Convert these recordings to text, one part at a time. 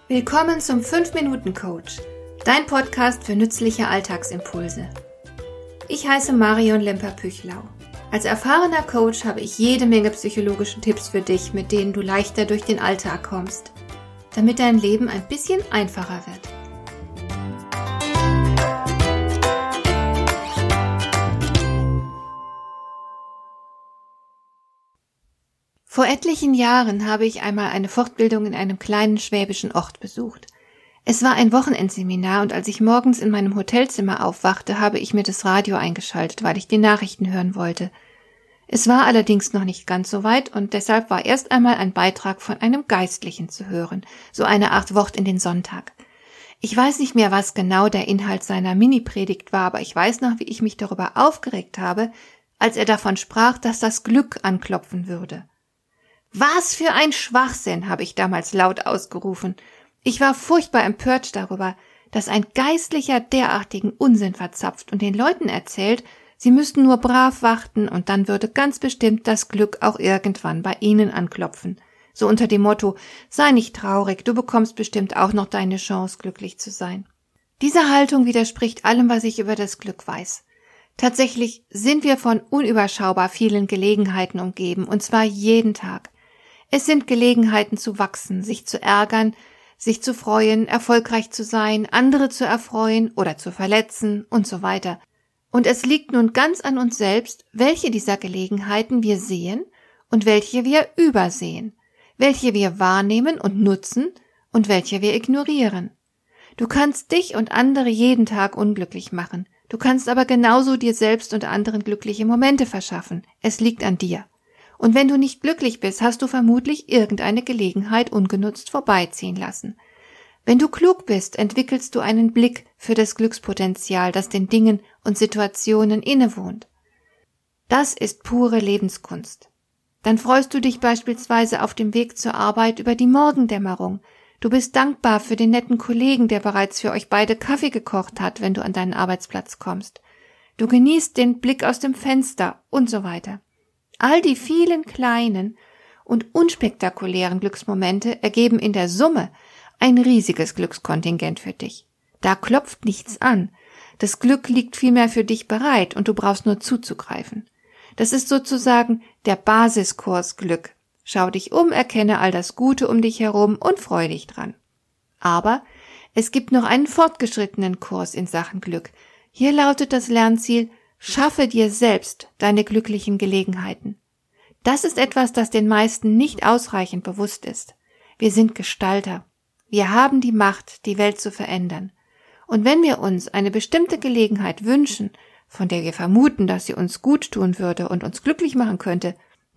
Willkommen zum 5-Minuten-Coach, dein Podcast für nützliche Alltagsimpulse. Ich heiße Marion Lemper-Püchlau. Als erfahrener Coach habe ich jede Menge psychologische Tipps für dich, mit denen du leichter durch den Alltag kommst, damit dein Leben ein bisschen einfacher wird. Vor etlichen Jahren habe ich einmal eine Fortbildung in einem kleinen schwäbischen Ort besucht. Es war ein Wochenendseminar und als ich morgens in meinem Hotelzimmer aufwachte, habe ich mir das Radio eingeschaltet, weil ich die Nachrichten hören wollte. Es war allerdings noch nicht ganz so weit und deshalb war erst einmal ein Beitrag von einem Geistlichen zu hören, so eine Art Wort in den Sonntag. Ich weiß nicht mehr, was genau der Inhalt seiner Mini-Predigt war, aber ich weiß noch, wie ich mich darüber aufgeregt habe, als er davon sprach, dass das Glück anklopfen würde. Was für ein Schwachsinn, habe ich damals laut ausgerufen. Ich war furchtbar empört darüber, dass ein Geistlicher derartigen Unsinn verzapft und den Leuten erzählt, sie müssten nur brav warten und dann würde ganz bestimmt das Glück auch irgendwann bei ihnen anklopfen. So unter dem Motto, sei nicht traurig, du bekommst bestimmt auch noch deine Chance, glücklich zu sein. Diese Haltung widerspricht allem, was ich über das Glück weiß. Tatsächlich sind wir von unüberschaubar vielen Gelegenheiten umgeben, und zwar jeden Tag. Es sind Gelegenheiten zu wachsen, sich zu ärgern, sich zu freuen, erfolgreich zu sein, andere zu erfreuen oder zu verletzen und so weiter. Und es liegt nun ganz an uns selbst, welche dieser Gelegenheiten wir sehen und welche wir übersehen, welche wir wahrnehmen und nutzen und welche wir ignorieren. Du kannst dich und andere jeden Tag unglücklich machen. Du kannst aber genauso dir selbst und anderen glückliche Momente verschaffen. Es liegt an dir. Und wenn du nicht glücklich bist, hast du vermutlich irgendeine Gelegenheit ungenutzt vorbeiziehen lassen. Wenn du klug bist, entwickelst du einen Blick für das Glückspotenzial, das den Dingen und Situationen innewohnt. Das ist pure Lebenskunst. Dann freust du dich beispielsweise auf dem Weg zur Arbeit über die Morgendämmerung. Du bist dankbar für den netten Kollegen, der bereits für euch beide Kaffee gekocht hat, wenn du an deinen Arbeitsplatz kommst. Du genießt den Blick aus dem Fenster und so weiter. All die vielen kleinen und unspektakulären Glücksmomente ergeben in der Summe ein riesiges Glückskontingent für dich. Da klopft nichts an. Das Glück liegt vielmehr für dich bereit und du brauchst nur zuzugreifen. Das ist sozusagen der Basiskurs Glück. Schau dich um, erkenne all das Gute um dich herum und freu dich dran. Aber es gibt noch einen fortgeschrittenen Kurs in Sachen Glück. Hier lautet das Lernziel: Schaffe dir selbst deine glücklichen Gelegenheiten. Das ist etwas, das den meisten nicht ausreichend bewusst ist. Wir sind Gestalter. Wir haben die Macht, die Welt zu verändern. Und wenn wir uns eine bestimmte Gelegenheit wünschen, von der wir vermuten, dass sie uns gut tun würde und uns glücklich machen könnte,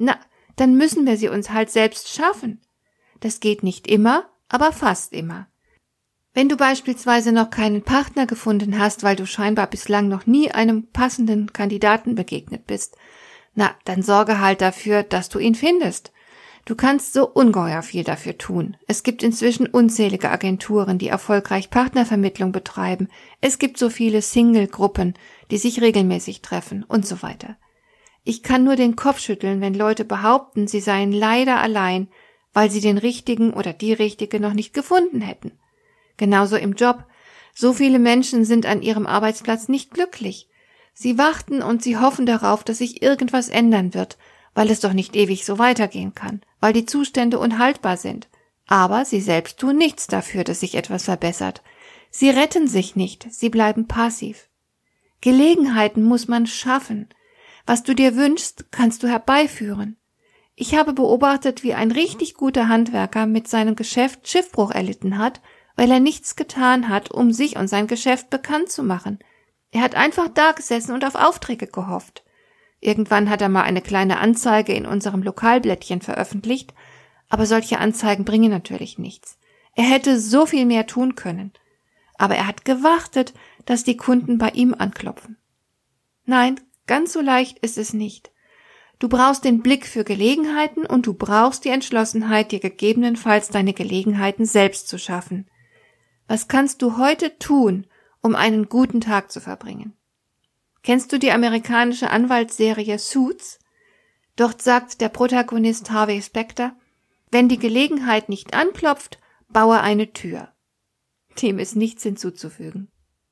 dann müssen wir sie uns halt selbst schaffen. Das geht nicht immer, aber fast immer. Wenn du beispielsweise noch keinen Partner gefunden hast, weil du scheinbar bislang noch nie einem passenden Kandidaten begegnet bist, dann sorge halt dafür, dass du ihn findest. Du kannst so ungeheuer viel dafür tun. Es gibt inzwischen unzählige Agenturen, die erfolgreich Partnervermittlung betreiben. Es gibt so viele Single-Gruppen, die sich regelmäßig treffen und so weiter. Ich kann nur den Kopf schütteln, wenn Leute behaupten, sie seien leider allein, weil sie den Richtigen oder die Richtige noch nicht gefunden hätten. Genauso im Job. So viele Menschen sind an ihrem Arbeitsplatz nicht glücklich. Sie warten und sie hoffen darauf, dass sich irgendwas ändern wird, weil es doch nicht ewig so weitergehen kann, weil die Zustände unhaltbar sind. Aber sie selbst tun nichts dafür, dass sich etwas verbessert. Sie retten sich nicht, sie bleiben passiv. Gelegenheiten muss man schaffen. Was du dir wünschst, kannst du herbeiführen. Ich habe beobachtet, wie ein richtig guter Handwerker mit seinem Geschäft Schiffbruch erlitten hat, weil er nichts getan hat, um sich und sein Geschäft bekannt zu machen. Er hat einfach dagesessen und auf Aufträge gehofft. Irgendwann hat er mal eine kleine Anzeige in unserem Lokalblättchen veröffentlicht, aber solche Anzeigen bringen natürlich nichts. Er hätte so viel mehr tun können. Aber er hat gewartet, dass die Kunden bei ihm anklopfen. Nein, ganz so leicht ist es nicht. Du brauchst den Blick für Gelegenheiten und du brauchst die Entschlossenheit, dir gegebenenfalls deine Gelegenheiten selbst zu schaffen. Was kannst du heute tun, um einen guten Tag zu verbringen? Kennst du die amerikanische Anwaltsserie Suits? Dort sagt der Protagonist Harvey Specter: Wenn die Gelegenheit nicht anklopft, baue eine Tür. Dem ist nichts hinzuzufügen.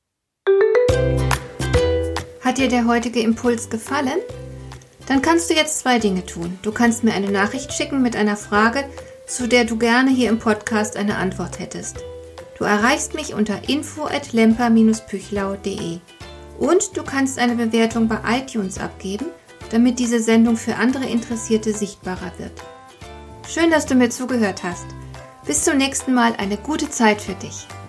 Hat dir der heutige Impuls gefallen? Dann kannst du jetzt 2 Dinge tun. Du kannst mir eine Nachricht schicken mit einer Frage, zu der du gerne hier im Podcast eine Antwort hättest. Du erreichst mich unter info@lemper-püchlau.de. Und du kannst eine Bewertung bei iTunes abgeben, damit diese Sendung für andere Interessierte sichtbarer wird. Schön, dass du mir zugehört hast. Bis zum nächsten Mal, eine gute Zeit für dich.